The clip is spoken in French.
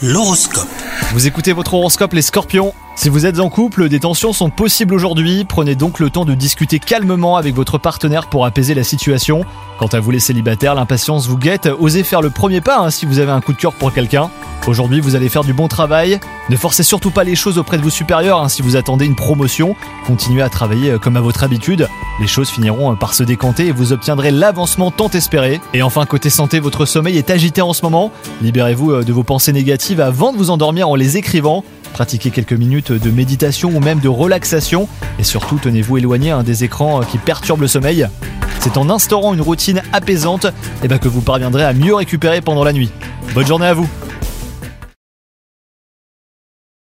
L'horoscope. Vous écoutez votre horoscope les Scorpions. Si vous êtes en couple, des tensions sont possibles aujourd'hui. Prenez donc le temps de discuter calmement avec votre partenaire pour apaiser la situation. Quant à vous les célibataires, l'impatience vous guette. Osez faire le premier pas si vous avez un coup de cœur pour quelqu'un. Aujourd'hui, vous allez faire du bon travail. Ne forcez surtout pas les choses auprès de vos supérieurs si vous attendez une promotion. Continuez à travailler comme à votre habitude. Les choses finiront par se décanter et vous obtiendrez l'avancement tant espéré. Et enfin, côté santé, votre sommeil est agité en ce moment. Libérez-vous de vos pensées négatives avant de vous endormir en les écrivant. Pratiquez quelques minutes de méditation ou même de relaxation. Et surtout, tenez-vous éloigné des écrans qui perturbent le sommeil. C'est en instaurant une routine apaisante que vous parviendrez à mieux récupérer pendant la nuit. Bonne journée à vous!